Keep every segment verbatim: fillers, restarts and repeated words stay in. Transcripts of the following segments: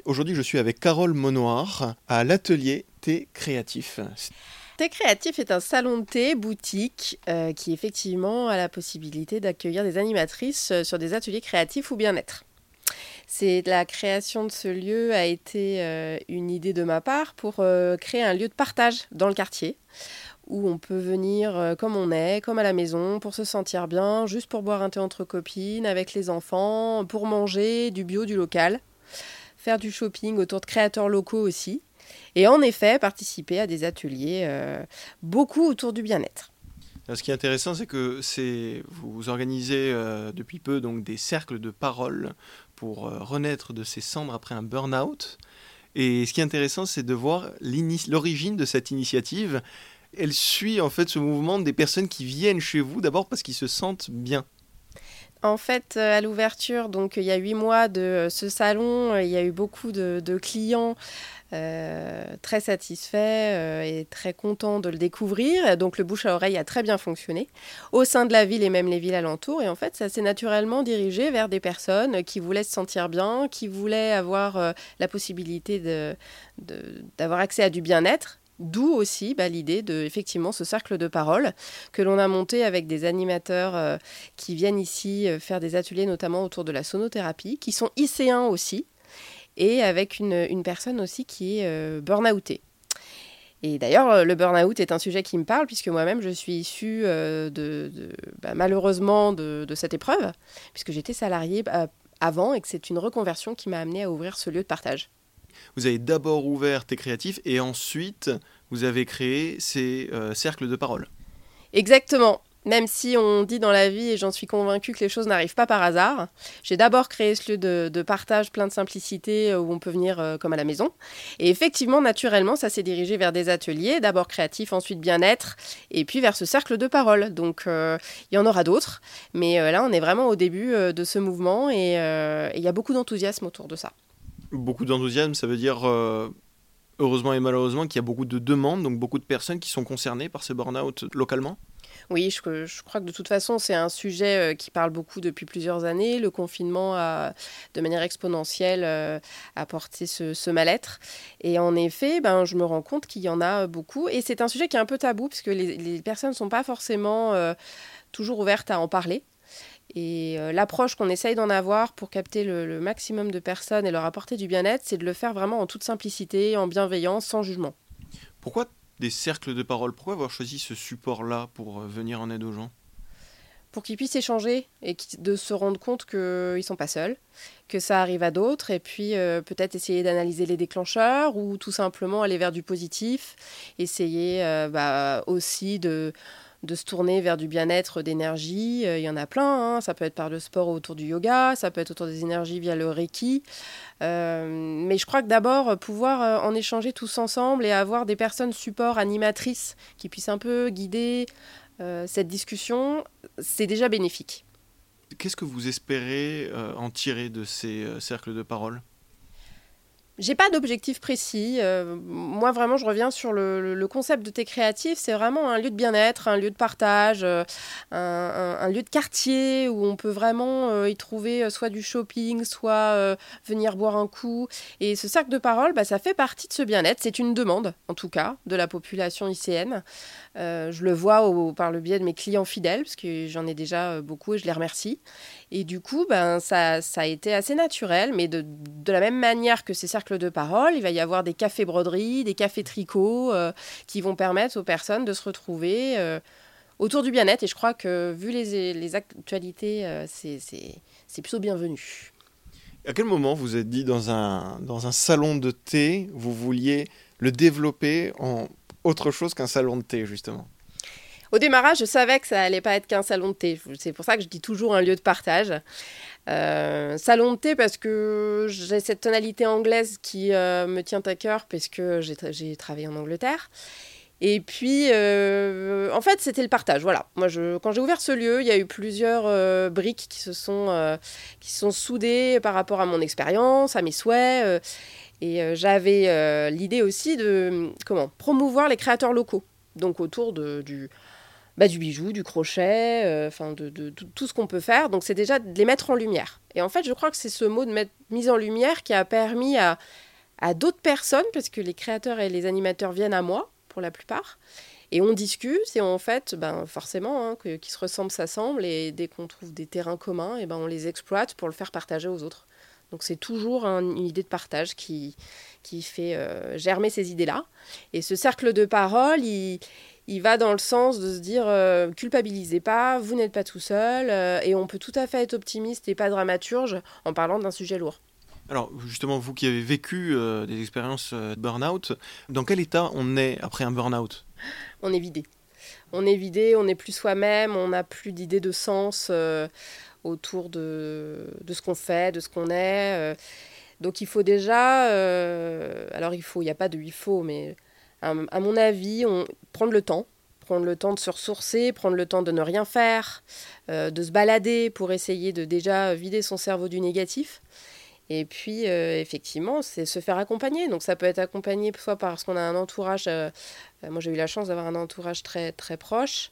Aujourd'hui, je suis avec Carole Monoir à l'atelier Thé Créatif. Thé Créatif est un salon de thé boutique euh, qui effectivement a la possibilité d'accueillir des animatrices sur des ateliers créatifs ou bien-être. C'est la création de ce lieu a été euh, une idée de ma part pour euh, créer un lieu de partage dans le quartier où on peut venir euh, comme on est, comme à la maison, pour se sentir bien, juste pour boire un thé entre copines, avec les enfants, pour manger du bio, du local, faire du shopping autour de créateurs locaux aussi. Et en effet, participer à des ateliers, euh, beaucoup autour du bien-être. Alors, ce qui est intéressant, c'est que c'est, vous organisez euh, depuis peu donc, des cercles de parole pour euh, renaître de ses cendres après un burn-out. Et ce qui est intéressant, c'est de voir l'origine de cette initiative. Elle suit en fait ce mouvement des personnes qui viennent chez vous, d'abord parce qu'ils se sentent bien. En fait, à l'ouverture, donc il y a huit mois de ce salon, il y a eu beaucoup de, de clients euh, très satisfaits euh, et très contents de le découvrir. Donc le bouche à oreille a très bien fonctionné au sein de la ville et même les villes alentours. Et en fait, ça s'est naturellement dirigé vers des personnes qui voulaient se sentir bien, qui voulaient avoir euh, la possibilité de, de, d'avoir accès à du bien-être. D'où aussi bah, l'idée de effectivement ce cercle de parole que l'on a monté avec des animateurs euh, qui viennent ici euh, faire des ateliers notamment autour de la sonothérapie, qui sont I C un aussi, et avec une, une personne aussi qui est euh, burn-outée. Et d'ailleurs, le burn-out est un sujet qui me parle puisque moi-même je suis issue euh, de, de, bah, malheureusement de, de cette épreuve, puisque j'étais salariée bah, avant et que c'est une reconversion qui m'a amenée à ouvrir ce lieu de partage. Vous avez d'abord ouvert Thé Créatif et ensuite vous avez créé ces euh, cercles de parole. Exactement. Même si on dit dans la vie, et j'en suis convaincue que les choses n'arrivent pas par hasard, j'ai d'abord créé ce lieu de, de partage plein de simplicité où on peut venir euh, comme à la maison. Et effectivement, naturellement, ça s'est dirigé vers des ateliers, d'abord créatifs, ensuite bien-être, et puis vers ce cercle de parole. Donc, euh, il y en aura d'autres. Mais euh, là, on est vraiment au début euh, de ce mouvement et euh, il y a beaucoup d'enthousiasme autour de ça. Beaucoup d'enthousiasme, ça veut dire, euh, heureusement et malheureusement, qu'il y a beaucoup de demandes, donc beaucoup de personnes qui sont concernées par ce burn-out localement. Oui, je, je crois que de toute façon, c'est un sujet qui parle beaucoup depuis plusieurs années. Le confinement a, de manière exponentielle, euh, apporté ce, ce mal-être. Et en effet, ben, je me rends compte qu'il y en a beaucoup. Et c'est un sujet qui est un peu tabou, parce que les, les personnes ne sont pas forcément euh, toujours ouvertes à en parler. Et euh, l'approche qu'on essaye d'en avoir pour capter le, le maximum de personnes et leur apporter du bien-être, c'est de le faire vraiment en toute simplicité, en bienveillance, sans jugement. Pourquoi des cercles de parole? Pourquoi avoir choisi ce support-là pour euh, venir en aide aux gens? Pour qu'ils puissent échanger et de se rendre compte qu'ils ne sont pas seuls, que ça arrive à d'autres, et puis euh, peut-être essayer d'analyser les déclencheurs ou tout simplement aller vers du positif, essayer euh, bah, aussi de... de se tourner vers du bien-être, d'énergie. Il y en a plein, hein. Ça peut être par le sport autour du yoga, ça peut être autour des énergies via le Reiki. Euh, mais je crois que d'abord, pouvoir en échanger tous ensemble et avoir des personnes support, animatrices, qui puissent un peu guider euh, cette discussion, c'est déjà bénéfique. Qu'est-ce que vous espérez euh, en tirer de ces euh, cercles de parole? J'ai pas d'objectif précis. Euh, moi, vraiment, je reviens sur le, le concept de Thé Créatif. C'est vraiment un lieu de bien-être, un lieu de partage, euh, un, un, un lieu de quartier où on peut vraiment euh, y trouver euh, soit du shopping, soit euh, venir boire un coup. Et ce cercle de parole, bah, ça fait partie de ce bien-être. C'est une demande, en tout cas, de la population lycéenne. Euh, je le vois au, par le biais de mes clients fidèles, parce que j'en ai déjà beaucoup et je les remercie. Et du coup, ben, ça, ça a été assez naturel, mais de, de la même manière que ces cercles de parole, il va y avoir des cafés broderies, des cafés tricots euh, qui vont permettre aux personnes de se retrouver euh, autour du bien-être. Et je crois que, vu les, les actualités, euh, c'est, c'est, c'est plutôt bienvenu. À quel moment vous êtes dit dans un, dans un salon de thé, vous vouliez le développer en autre chose qu'un salon de thé, justement? Au démarrage, je savais que ça n'allait pas être qu'un salon de thé. C'est pour ça que je dis toujours un lieu de partage. Euh, salon de thé parce que j'ai cette tonalité anglaise qui euh, me tient à cœur parce que j'ai, tra- j'ai travaillé en Angleterre. Et puis, euh, en fait, c'était le partage. Voilà. Moi, je, quand j'ai ouvert ce lieu, il y a eu plusieurs euh, briques qui se sont, euh, qui se sont soudées par rapport à mon expérience, à mes souhaits. Euh, et euh, j'avais euh, l'idée aussi de comment promouvoir les créateurs locaux. Donc, autour de, du, bah, du bijou, du crochet, euh, enfin de, de, de tout ce qu'on peut faire. Donc c'est déjà de les mettre en lumière. Et en fait, je crois que c'est ce mot de mettre, mise en lumière qui a permis à, à d'autres personnes, parce que les créateurs et les animateurs viennent à moi, pour la plupart, et on discute, et en fait, ben, forcément, hein, que, qui se ressemblent s'assemblent, et dès qu'on trouve des terrains communs, et ben, on les exploite pour le faire partager aux autres. Donc c'est toujours un, une idée de partage qui, qui fait euh, germer ces idées-là. Et ce cercle de parole, il, il va dans le sens de se dire euh, culpabilisez pas, vous n'êtes pas tout seul, euh, et on peut tout à fait être optimiste et pas dramaturge en parlant d'un sujet lourd. Alors justement, vous qui avez vécu euh, des expériences euh, de burn-out, dans quel état on est après un burn-out ? On est vidé. On est vidé, on n'est plus soi-même, on n'a plus d'idée de sens euh, autour de, de ce qu'on fait, de ce qu'on est. Euh. Donc il faut déjà, euh, alors il faut, il n'y a pas de il faut, mais à, à mon avis, on, prendre le temps, prendre le temps de se ressourcer, prendre le temps de ne rien faire, euh, de se balader pour essayer de déjà vider son cerveau du négatif. Et puis, euh, effectivement, c'est se faire accompagner. Donc, ça peut être accompagné soit parce qu'on a un entourage. Euh, moi, j'ai eu la chance d'avoir un entourage très, très proche.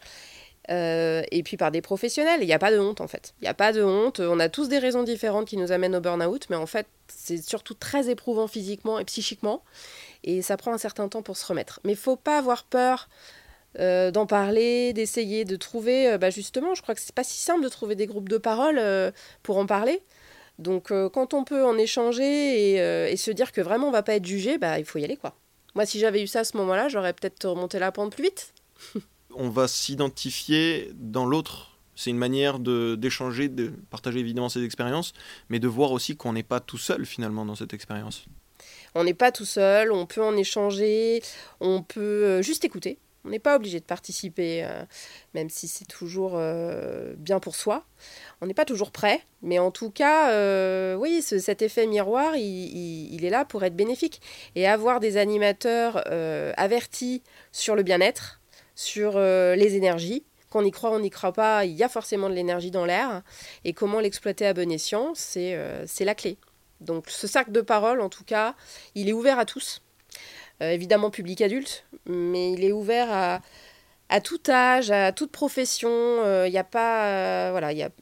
Euh, et puis par des professionnels. Il n'y a pas de honte, en fait. Il n'y a pas de honte. On a tous des raisons différentes qui nous amènent au burn-out. Mais en fait, c'est surtout très éprouvant physiquement et psychiquement. Et ça prend un certain temps pour se remettre. Mais il ne faut pas avoir peur euh, d'en parler, d'essayer de trouver. Euh, bah justement, je crois que ce n'est pas si simple de trouver des groupes de parole euh, pour en parler. Donc euh, quand on peut en échanger et, euh, et se dire que vraiment on va pas être jugé, bah il faut y aller quoi. Moi si j'avais eu ça à ce moment-là, j'aurais peut-être remonté la pente plus vite. On va s'identifier dans l'autre. C'est une manière de, d'échanger, de partager évidemment ses expériences, mais de voir aussi qu'on n'est pas tout seul finalement dans cette expérience. On n'est pas tout seul, on peut en échanger, on peut euh, juste écouter. On n'est pas obligé de participer, euh, même si c'est toujours euh, bien pour soi. On n'est pas toujours prêt, mais en tout cas, euh, oui, ce, cet effet miroir, il, il, il est là pour être bénéfique. Et avoir des animateurs euh, avertis sur le bien-être, sur euh, les énergies, qu'on y croit, on n'y croit pas, il y a forcément de l'énergie dans l'air. Et comment l'exploiter à bon escient, c'est, euh, c'est la clé. Donc ce cercle de parole, en tout cas, il est ouvert à tous. Euh, évidemment public adulte, mais il est ouvert à, à tout âge, à toute profession. Il euh, n'y a pas, euh, voilà, il y a,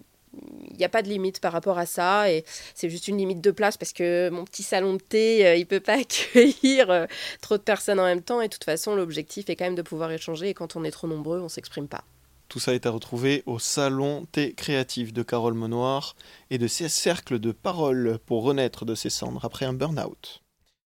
y a pas de limite par rapport à ça. Et c'est juste une limite de place parce que mon petit salon de thé, euh, il peut pas accueillir euh, trop de personnes en même temps. Et de toute façon, l'objectif est quand même de pouvoir échanger. Et quand on est trop nombreux, on s'exprime pas. Tout ça est à retrouver au Salon Thé Créatif de Carole Menoir et de ses cercles de parole pour renaître de ses cendres après un burn-out.